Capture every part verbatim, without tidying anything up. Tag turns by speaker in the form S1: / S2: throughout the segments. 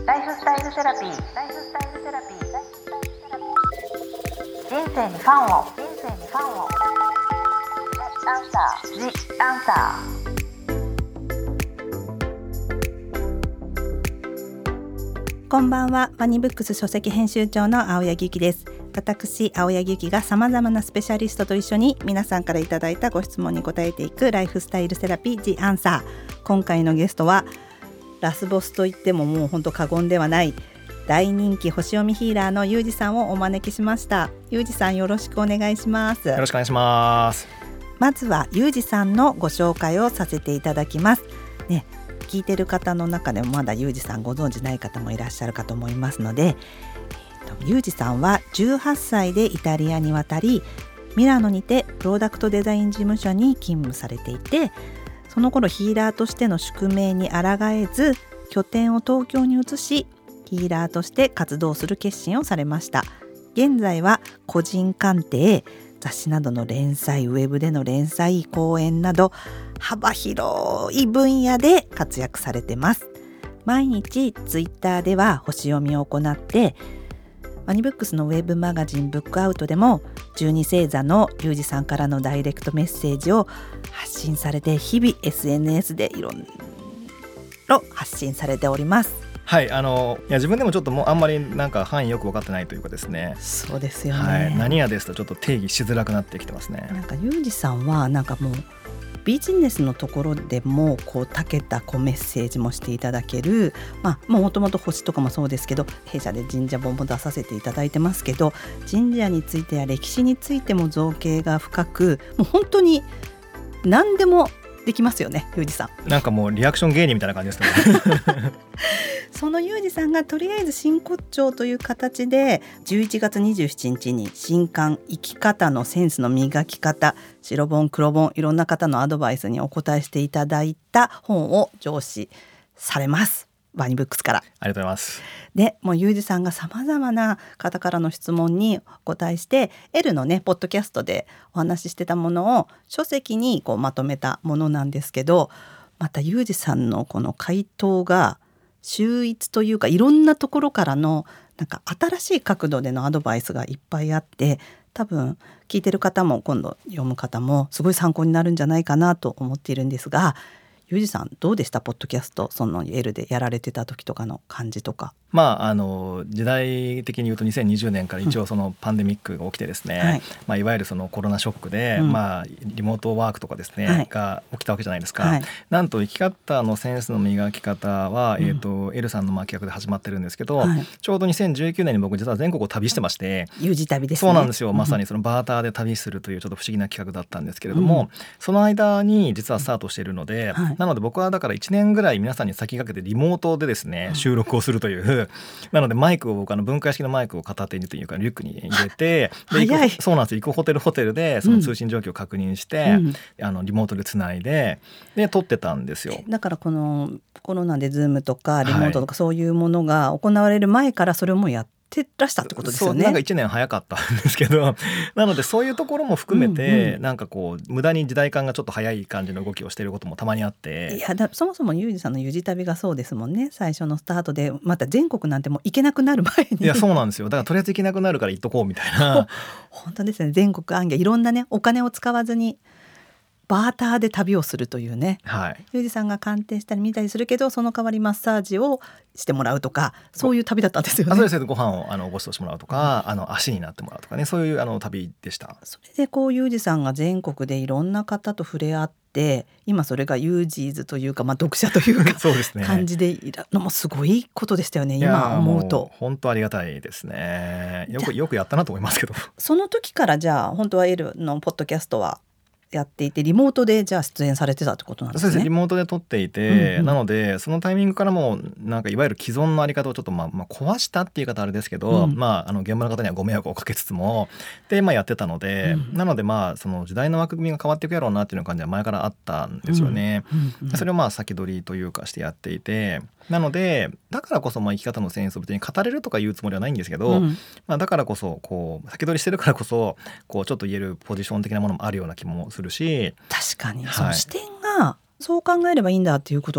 S1: ライフスタイルセラピー。ライフスタイルセラピー。人生にファンを。人生にファンを。アンサー。ジアンサ
S2: ー。こんばんは。ワニブックス書籍編集長の青柳ゆきです。私青柳ゆきがさまざまなスペシャリストと一緒に皆さんからいただいたご質問に答えていくライフスタイルセラピージアンサー。今回のゲストはラスボスといってももう本当過言ではない大人気星読みヒーラーのゆうじさんをお招きしました。ゆうじさん、よろしくお願いします。
S3: よろしくお願いします。
S2: まずはゆうじさんのご紹介をさせていただきます、ね、聞いてる方の中でもまだゆうじさんご存じない方もいらっしゃるかと思いますので、ゆうじさんはじゅうはっさいでイタリアに渡り、ミラノにてプロダクトデザイン事務所に勤務されていて、その頃ヒーラーとしての宿命に抗えず拠点を東京に移し、ヒーラーとして活動する決心をされました。現在は個人鑑定、雑誌などの連載、ウェブでの連載、講演など幅広い分野で活躍されてます。毎日ツイッターでは星読みを行って、ワニブックスのウェブマガジンブックアウトでもじゅうに星座のゆうじさんからのダイレクトメッセージを発信されて、日々 エスエヌエス でいろいろ発信されております。
S3: はい、あのいや自分でもちょっともうあんまりなんか範囲よく分かってないというかですね。
S2: そうですよね、
S3: はい、何やですとちょっと定義しづらくなってきてますね。
S2: なんかゆうじさんはなんかもうビジネスのところでもこう長けたこうメッセージもしていただける、まあもともと星とかもそうですけど、弊社で神社本も出させていただいてますけど、神社についてや歴史についても造形が深く、もう本当に何でもできますよね、ゆうじさん。
S3: なんかもうリアクション芸人みたいな感じですね
S2: そのゆうじさんがとりあえず真骨頂という形でじゅういちがつにじゅうしちにちに新刊生き方のセンスの磨き方、白本黒本いろんな方のアドバイスにお答えしていただいた本を上梓されます。ワニブックスから。
S3: ありがとうございます。
S2: でもうゆうじさんがさまざまな方からの質問にお答えして、 L のねポッドキャストでお話ししてたものを書籍にこうまとめたものなんですけど、またゆうじさんのこの回答が秀逸というか、いろんなところからのなんか新しい角度でのアドバイスがいっぱいあって、多分聞いてる方も今度読む方もすごい参考になるんじゃないかなと思っているんですが、ゆうじさんどうでした？ポッドキャスト、その L でやられてた時とかの感じとか。
S3: まあ、あの時代的に言うとにせんにじゅうねんから一応そのパンデミックが起きてですね、うんはいまあ、いわゆるそのコロナショックで、うんまあ、リモートワークとかですね、はい、が起きたわけじゃないですか、はい、なんと生き方のセンスの磨き方は、うんえー、と L さんのまあ企画で始まってるんですけど、はい、ちょうどにせんじゅうきゅうねんに僕実は全国を旅してまして、
S2: 有事旅ですね。
S3: そうなんですよ、まさにそのバーターで旅するというちょっと不思議な企画だったんですけれども、うん、その間に実はスタートしているので、はい、なので僕はだからいちねんぐらい皆さんに先駆けてリモートでですね収録をするというなのでマイクを僕あの分解式のマイクを片手にというかリュックに入れてで
S2: 早い。
S3: そうなんですよ、行くホテルホテルでその通信状況を確認して、うん、あのリモートでつないでで撮ってたんですよ。
S2: だからこのコロナでズームとかリモートとかそういうものが行われる前からそれもやってらしたってことですよね。
S3: そうなんかいちねん早かったんですけどなのでそういうところも含めて、うんうん、なんかこう無駄に時代感がちょっと早い感じの動きをしていることもたまにあって、
S2: いやだそもそもゆうじさんのゆじ旅がそうですもんね。最初のスタートでまた全国なんてもう行けなくなる前に。
S3: いやそうなんですよ、だからとりあえず行けなくなるから行っとこうみたいな
S2: 本当ですね、全国行脚いろんなねお金を使わずにバーターで旅をするというね、
S3: はい、
S2: ゆうじさんが鑑定したり見たりするけどその代わりマッサージをしてもらうとか、そういう旅だったんですよね。
S3: あそうですね、ご飯をあのご馳走してもらうとか、うん、あの足になってもらうとかね、そういうあの旅でした。
S2: それでこうゆうじさんが全国でいろんな方と触れ合って、今それがユージーズというか、まあ、読者というかそうです、ね、感じでいるのもすごいことでしたよね。今思うと
S3: 本当ありがたいですね。よくよくやったなと思いますけど
S2: その時からじゃあ本当は L のポッドキャストはやっていてリモートでじゃあ出演されてたってことなんですね。
S3: そうです、リモートで撮っていて、うんうん、なのでそのタイミングからもなんかいわゆる既存のあり方をちょっとまあまあ壊したっていう方あれですけど、うん、まああの現場の方にはご迷惑をかけつつもでまあやってたので、うん、なのでまあその時代の枠組みが変わっていくやろうなっていう感じは前からあったんですよね、うんうんうん、それをまあ先取りというかしてやっていて、なのでだからこそまあ生き方のセンスを別に語れるとか言うつもりはないんですけど、うんまあ、だからこそこう先取りしてるからこそこうちょっと言えるポジション的なものもあるような気もするし、
S2: 確かに、はい、その視点がそう考えればいいんだっていうことが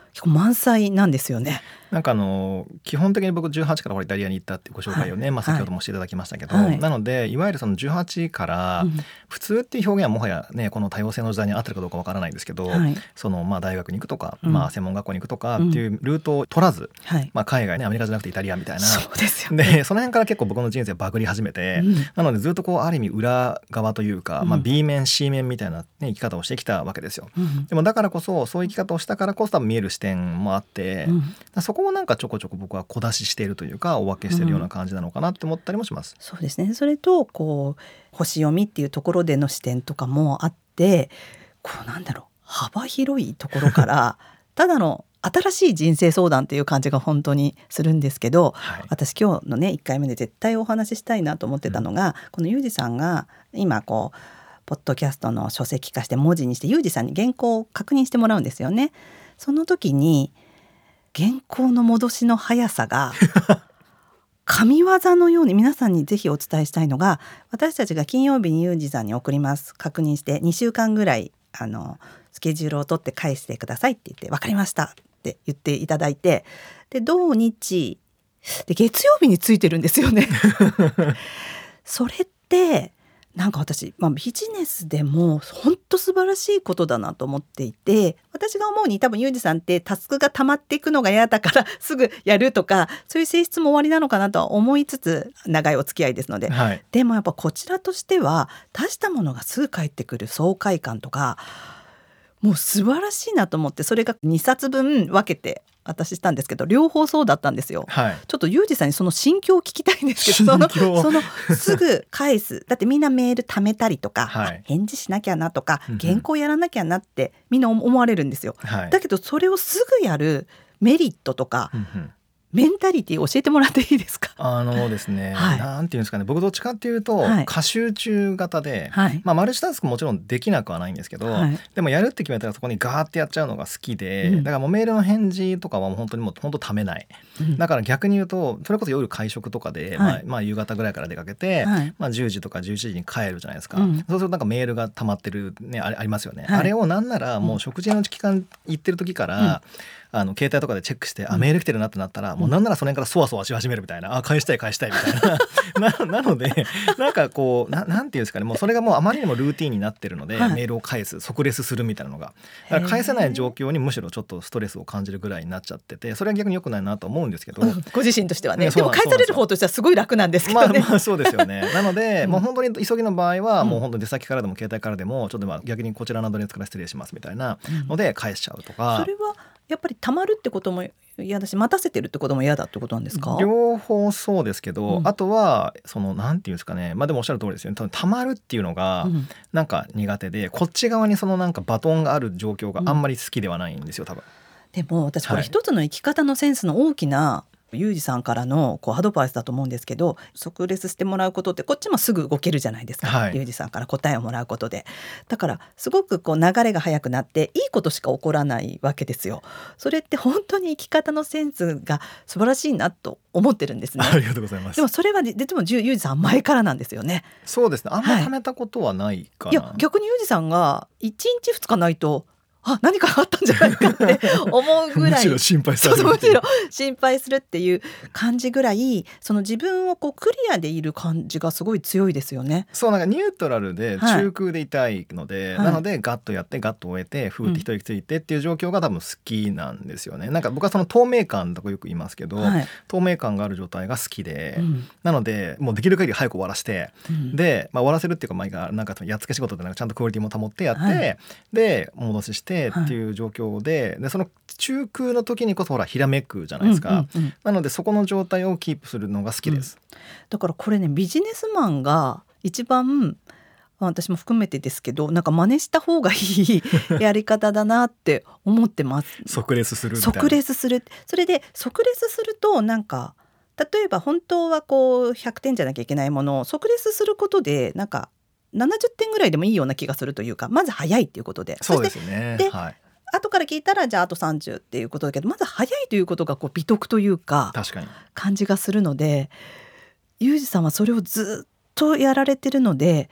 S2: 結構満載なんですよね。
S3: なんかあの基本的に僕じゅうはちからイタリアに行ったってご紹介をね、はい、まあ、先ほどもしていただきましたけど、はい、なのでいわゆるそのじゅうはちから普通っていう表現はもはやねこの多様性の時代に合ってるかどうかわからないんですけど、はい、そのまあ大学に行くとか、うん、まあ専門学校に行くとかっていうルートを取らず、うん、まあ、海外ねアメリカじゃなくてイタリアみたいな、
S2: そうですよね。
S3: でその辺から結構僕の人生バグり始めて、うん、なのでずっとこうある意味裏側というか、まあ、B 面 C 面みたいな、ね、生き方をしてきたわけですよ、うん、でもだからこそそういう生き方をしたからこそ多分見える視点もあって、うん、そこをなんかちょこちょこ僕は小出ししているというかお分けしているような感じなのかなって思ったりもします、
S2: うん、そうですね。それとこう星読みっていうところでの視点とかもあって、こうなんだろう幅広いところからただの新しい人生相談っていう感じが本当にするんですけど、はい、私今日のねいっかいめで絶対お話ししたいなと思ってたのが、うん、このユージさんが今こうポッドキャストの書籍化して文字にしてユージさんに原稿を確認してもらうんですよね。その時に原稿の戻しの速さが神業のように、皆さんにぜひお伝えしたいのが、私たちが金曜日にユージさんに送ります、確認してにしゅうかんぐらいあのスケジュールを取って返してくださいって言って、分かりましたって言っていただいて、で土日で月曜日についてるんですよねそれってなんか私、まあ、ビジネスでも本当素晴らしいことだなと思っていて、私が思うに多分ユージさんってタスクが溜まっていくのが嫌だからすぐやるとか、そういう性質も終わりなのかなとは思いつつ、長いお付き合いですので、はい、でもやっぱこちらとしては出したものがすぐ返ってくる爽快感とかもう素晴らしいなと思って、それがにさつぶん分けて私したんですけど、両方そうだったんですよ、はい、ちょっとユージさんにその心境を聞きたいんですけど、そのそのすぐ返すだってみんなメール貯めたりとか、はい、返事しなきゃなとか原稿やらなきゃなってみんな思われるんですよ、はい、だけどそれをすぐやるメリットとか、うんうん、メンタリティ教えてもらっていいですか？
S3: あのですね、はい、なんていうんですかね、僕どっちかっていうと、はい、過集中型で、はい、まあ、マルチタスクもちろんできなくはないんですけど、はい、でもやるって決めたらそこにガーってやっちゃうのが好きで、うん、だからもうメールの返事とかはもう本当にもう本当ためない、うん、だから逆に言うとそれこそ夜会食とかで、はい、まあまあ、夕方ぐらいから出かけて、はい、まあ、じゅうじとかじゅういちじに帰るじゃないですか、うん、そうするとなんかメールが溜まってる、ね、あ, ありますよね、はい、あれをなんならもう食事の期間行ってる時から、うん、あの携帯とかでチェックして、あ、メール来てるなってなったら、もうなんならその辺からそわそわし始めるみたいな、あ、返したい返したいみたいなな, なのでなんかこう な, なんていうんですかね、もうそれがもうあまりにもルーティンになってるので、はい、メールを返す、即レスするみたいなのが、だから返せない状況にむしろちょっとストレスを感じるぐらいになっちゃってて、それは逆に良くないなと思うんですけど、うん、
S2: ご自身としては ね, ねでも返される方としてはすごい楽なんですけどね、
S3: まあ、まあそうですよねなので、うん、もう本当に急ぎの場合は、うん、もう本当に出先からでも携帯からでもちょっとまあ逆にこちらのアドレスから失礼しますみたいなので返しちゃうとか、
S2: うん、それはやっぱり溜まるってことも嫌だし、待たせてるってことも嫌だってことなんですか？
S3: 両方そうですけど、うん、あとはそのなんていうんですかね、まあでもおっしゃる通りですよね、多分溜まるっていうのがなんか苦手で、うん、こっち側にそのなんかバトンがある状況があんまり好きではないんですよ多分。
S2: でも私これ一つの生き方のセンスの大きなユージさんからのこうアドバイスだと思うんですけど、即レスしてもらうことってこっちもすぐ動けるじゃないですか、はい、ユージさんから答えをもらうことで、だからすごくこう流れが早くなっていいことしか起こらないわけですよ。それって本当に生き方のセンスが素晴らしいなと思ってるんですね。
S3: ありがとうございます。
S2: でもそれは実はユージさん前からなんですよね。
S3: そうですね、あんまり貯めたことはないかな、
S2: はい、いや逆にユージさんがいちにちふつかないとあ何かあったんじゃないかって思うぐらいむしろ心配されるむしろ心配するっていう感じぐらい、その自分をこうクリアでいる感じがすごい強いですよね。
S3: そう、なんかニュートラルで中空でいたいので、はい、なのでガッとやってガッと終えてふーって一息ついてっていう状況が多分好きなんですよね、うん、なんか僕はその透明感とかよく言いますけど、はい、透明感がある状態が好きで、うん、なのでもうできる限り早く終わらせて、うん、で、まあ、終わらせるっていうか、まあ、なんかやっつけ仕事でなんかちゃんとクオリティも保ってやって、はい、で戻ししてっていう状況で、でその中空の時にこそほらひらめくじゃないですか、うんうんうん、なのでそこの状態をキープするのが好きです、うん、
S2: だからこれねビジネスマンが一番私も含めてですけどなんか真似した方がいいやり方だなって思ってます
S3: 即レスするみたいな。
S2: 即レスする、それで即レスするとなんか例えば本当はこうひゃくてんじゃなきゃいけないものを即レスすることでなんかななじゅってんぐらいでもいいような気がするというか、まず早いっていうことで、
S3: そうですね、
S2: で、
S3: はい、
S2: 後から聞いたらじゃああとさんじゅうっていうことだけど、まず早いということがこう美徳というか
S3: 確かに
S2: 感じがするので、ユージさんはそれをずっとやられてるので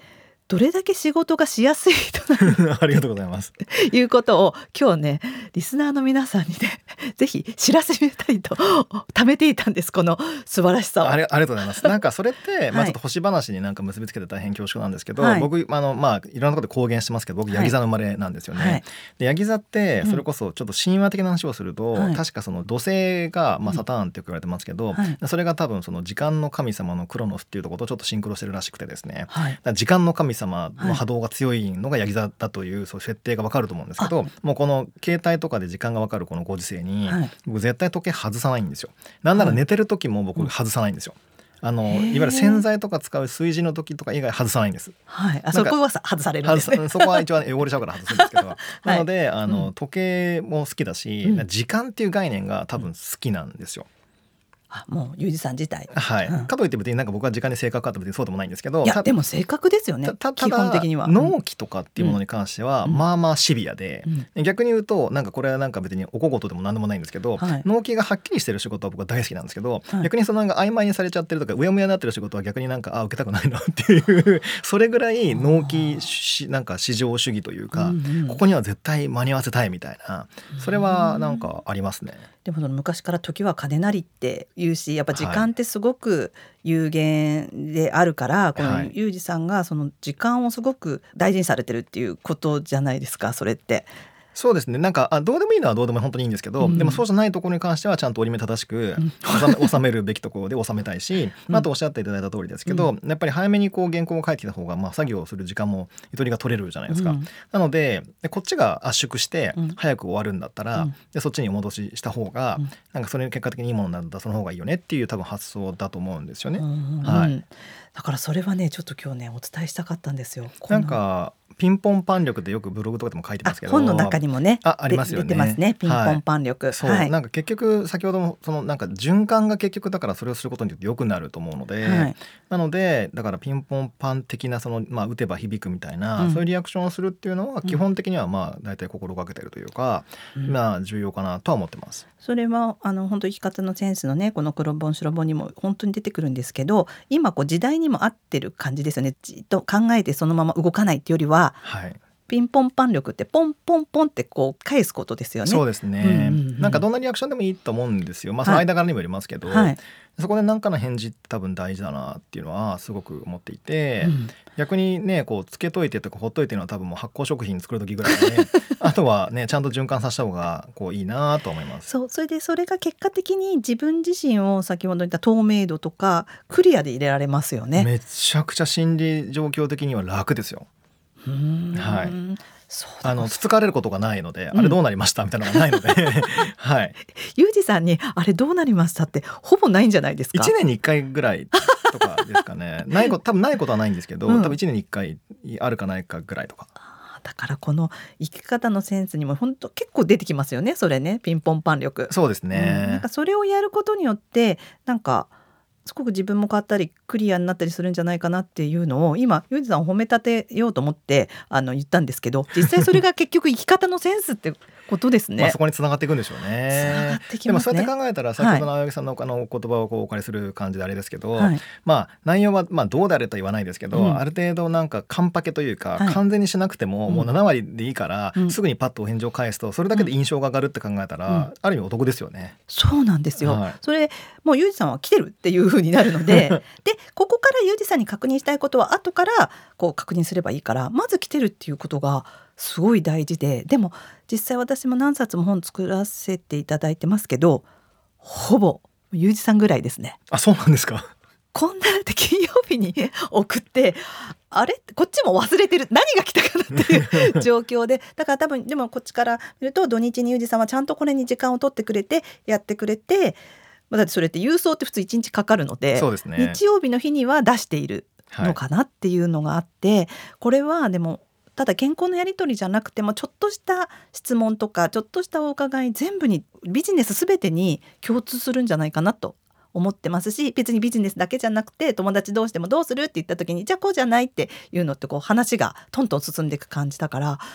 S2: どれだけ仕事がしやすい人なの
S3: ありがとうございます
S2: ということを今日ねリスナーの皆さんにねぜひ知らせたいと貯めていたんです。この素晴らしさを
S3: あり、ありがとうございます。なんかそれって、まあ、ちょっと星話になんか結びつけて大変恐縮なんですけど、はい、僕あの、まあ、いろんなことで公言してますけど僕ヤギ座の生まれなんですよね、はい、でヤギ座ってそれこそちょっと神話的な話をすると、うん、確かその土星が、まあ、サターンってよく言われてますけど、うんはい、それが多分その時間の神様のクロノスっていうところとちょっとシンクロしてるらしくてですね、はい、だから時間の神様の波動が強いのがヤギ座だという、そういう設定が分かると思うんですけど、もうこの携帯とかで時間が分かるこのご時世に、はい、僕絶対時計外さないんですよ。なんなら寝てる時も僕外さないんですよ。あのいわゆる洗剤とか使う炊事の時とか以外外さないんです。
S2: はい、あそこは外されるんですね。
S3: そこは一応汚れちゃうから外すんですけど、はい、なのであの、うん、時計も好きだし、うん、時間っていう概念が多分好きなんですよ。
S2: あもうユージさん自体、
S3: はい
S2: うん、
S3: かといって別になんか僕は時間に正確かって別にそうでもないんですけど、
S2: いやでも正確ですよね。たた基本的には
S3: 納期とかっていうものに関しては、うん、まあまあシビアで、うん、逆に言うとなんかこれはなんか別にお小言でも何でもないんですけど、はい、納期がはっきりしてる仕事は僕は大好きなんですけど、はい、逆にそのなんか曖昧にされちゃってるとかうやむやになってる仕事は逆になんかあ受けたくないなっていうそれぐらい納期しなんか至上主義というか、うんうん、ここには絶対間に合わせたいみたいな、それはなんかありますね。
S2: でも昔から時は金なりって言うし、やっぱ時間ってすごく有限であるから、はい、このユージさんがその時間をすごく大事にされてるっていうことじゃないですか、それって。
S3: そうですね、なんかあどうでもいいのはどうでも本当にいいんですけど、うん、でもそうじゃないところに関してはちゃんと折り目正しく、うん、収, め収めるべきところで収めたいし、うん、あとおっしゃっていただいた通りですけど、うん、やっぱり早めにこう原稿を書いていた方が、まあ、作業をする時間もゆとりが取れるじゃないですか、うん、なのででこっちが圧縮して早く終わるんだったら、うん、でそっちにお戻しした方が、うん、なんかそれ結果的にいいものになるんだ、その方がいいよねっていう多分発想だと思うんですよね、うん
S2: はい、
S3: うん、
S2: だからそれはねちょっと今日ねお伝えしたかったんですよ。
S3: なんかピンポンパン力でよくブログとかでも書いてますけど、
S2: 本の中にもね
S3: あ, ありますよね、
S2: 出てますね、ピンポンパン力、はい、
S3: そう、はい、なんか結局先ほどもそのなんか循環が結局だからそれをすることによって良くなると思うので、はい、なのでだからピンポンパン的なその、まあ、打てば響くみたいな、うん、そういうリアクションをするっていうのは基本的にはまあ大体心がけてるというか、うん、まあ重要かなとは思ってます。
S2: それはあの本当生き方のセンスのねこの黒本白本にも本当に出てくるんですけど、今こう時代にも合ってる感じですよね。じっと考えてそのまま動かないっていうよりは、はい、ピンポンパン力ってポンポンポンってこう返すことですよね。
S3: そうですね、うんうんうん、なんかどんなリアクションでもいいと思うんですよ。まあその間柄にもよりますけど、はい、そこで何かの返事って多分大事だなっていうのはすごく思っていて、うん、逆にねこうつけといてとかほっといてのは多分もう発酵食品作る時ぐらいで、ね、あとはねちゃんと循環させた方がこういいなと思います。
S2: そうそれでそれが結果的に自分自身を先ほど言った透明度とかクリアで入れられますよね。
S3: めちゃくちゃ心理状況的には楽ですよ。
S2: うーん、
S3: はい、そうあのつつかれることがないので、うん、あれどうなりましたみたいなのがないのではい、
S2: ユージさんにあれどうなりましたってほぼないんじゃないですか。
S3: いちねんにいっかいぐらいとかですかねないこと多分ないことはないんですけど、うん、多分いちねんにいっかいあるかないかぐらいとか。
S2: だからこの生き方のセンスにも本当結構出てきますよね、それね、ピンポンパン力。
S3: そうですね、
S2: うん、なんかそれをやることによってなんかすごく自分も変わったりクリアになったりするんじゃないかなっていうのを今ユージさんを褒め立てようと思ってあの言ったんですけど、実際それが結局生き方のセンスってことですね。
S3: まあそこに繋がっていくんでしょうね。
S2: 繋がってきますね。
S3: でもそうやって考えたら先ほどの青柳さんのあの言葉をこうお借りする感じであれですけど、
S2: はい、
S3: まあ内容はまあどうであれとは言わないですけど、うん、ある程度なんかカンパケというか、はい、完全にしなくてももうななわりでいいから、うん、すぐにパッとお返事を返すとそれだけで印象が上がるって考えたら、うん、ある意味お得ですよね。
S2: そうなんですよ、はい、それもうユージさんは来てるっていう風になるのででここからユージさんに確認したいことは後からこう確認すればいいから、まず来てるっていうことがすごい大事で、でも実際私も何冊も本作らせていただいてますけど、ほぼユージさんぐらいですね。
S3: あ、そうなんですか。
S2: こんなって金曜日に送ってあれこっちも忘れてる、何が来たかなっていう状況でだから多分でもこっちから見ると土日にユージさんはちゃんとこれに時間を取ってくれてやってくれて、だってそれって郵送って普通いちにちかかるので、
S3: そうですね、
S2: 日曜日の日には出しているのかなっていうのがあって、はい、これはでもただ健康のやり取りじゃなくてもちょっとした質問とかちょっとしたお伺い全部にビジネス全てに共通するんじゃないかなと思ってますし、別にビジネスだけじゃなくて友達同士でもどうするって言った時にじゃあこうじゃないっていうのってこう話がトントン進んでいく感じだから、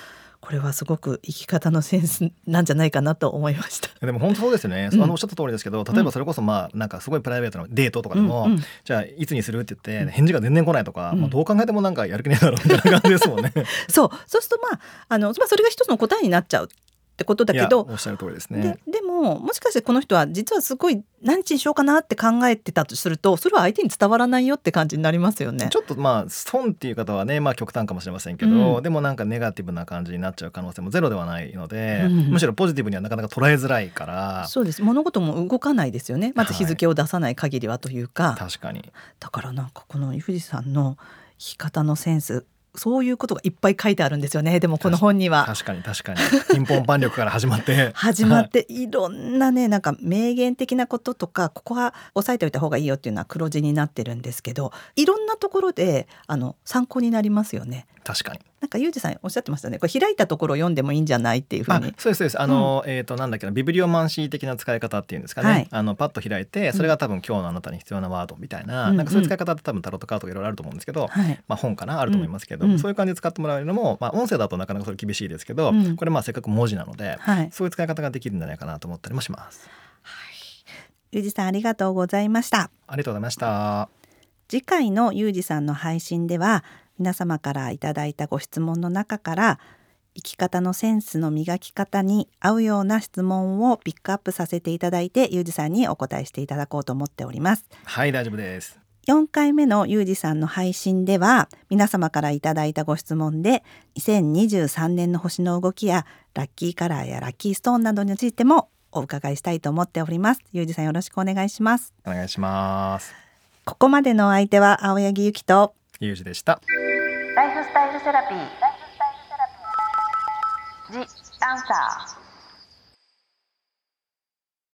S2: これはすごく生き方のセンスなんじゃないかなと思いました。
S3: でも本当そうですよね、うん、あのおっしゃった通りですけど、例えばそれこそまあなんかすごいプライベートなデートとかでも、うんうん、じゃあいつにするって言って返事が全然来ないとか、うん、まあ、どう考えてもなんかやる気ねえだろうみたいな感じですもんね
S2: そうそうするとまああの、まあ、それが一つの答えになっちゃうってことだけど、
S3: おっしゃる通りですね。
S2: で、でももしかしてこの人は実はすごい何日にしようかなって考えてたとすると、それは相手に伝わらないよって感じになりますよね。
S3: ちょっとまあ損っていう方はね、まあ、極端かもしれませんけど、うん、でもなんかネガティブな感じになっちゃう可能性もゼロではないので、うん、むしろポジティブにはなかなか捉えづらいから。
S2: そうです、物事も動かないですよね、まず日付を出さない限りはというか、
S3: はい、確かに。
S2: だからなんかこの藤さんの生き方のセンス、そういうことがいっぱい書いてあるんですよね。でもこの本には
S3: 確かに確かにピンポンパン力から始まって
S2: 始まっていろんなね、なんか名言的なこととか、ここは押さえておいた方がいいよっていうのは黒字になってるんですけど、いろんなところであの参考になりますよね。
S3: 確かに。
S2: なんかユージさんおっしゃってましたね、これ開いたところを読んでもいいんじゃないっていうふうに。
S3: あ、そうですそうです。あの、うん、えーとなんだっけな、ビブリオマンシー的な使い方っていうんですかね、はい、あのパッと開いて、それが多分今日のあなたに必要なワードみたいな、うん、なんかそういう使い方って多分タロットカードいろいろあると思うんですけど、はい、まあ、本かなあると思いますけど、うん、そういう感じで使ってもらえるのも、まあ、音声だとなかなかそれ厳しいですけど、うん、これまあせっかく文字なので、はい、そういう使い方ができるんじゃないかなと思ったりもします。
S2: はい、ユージさんありがとうございました。
S3: ありがとうございました。
S2: 次回のユージさんの配信では、皆様からいただいたご質問の中から生き方のセンスの磨き方に合うような質問をピックアップさせていただいて、ユージさんにお答えしていただこうと思っております。
S3: はい、大丈夫です。
S2: よんかいめのユージさんの配信では、皆様からいただいたご質問でにせんにじゅうさんねんの星の動きやラッキーカラーやラッキーストーンなどについてもお伺いしたいと思っております。ユージさんよろしくお願いします。
S3: お願いします。
S2: ここまでのお相手は青柳ゆきと
S3: ユージでした。
S1: ライフスタイルセラピー、ライフスタイルセラピー、ジ・アンサー。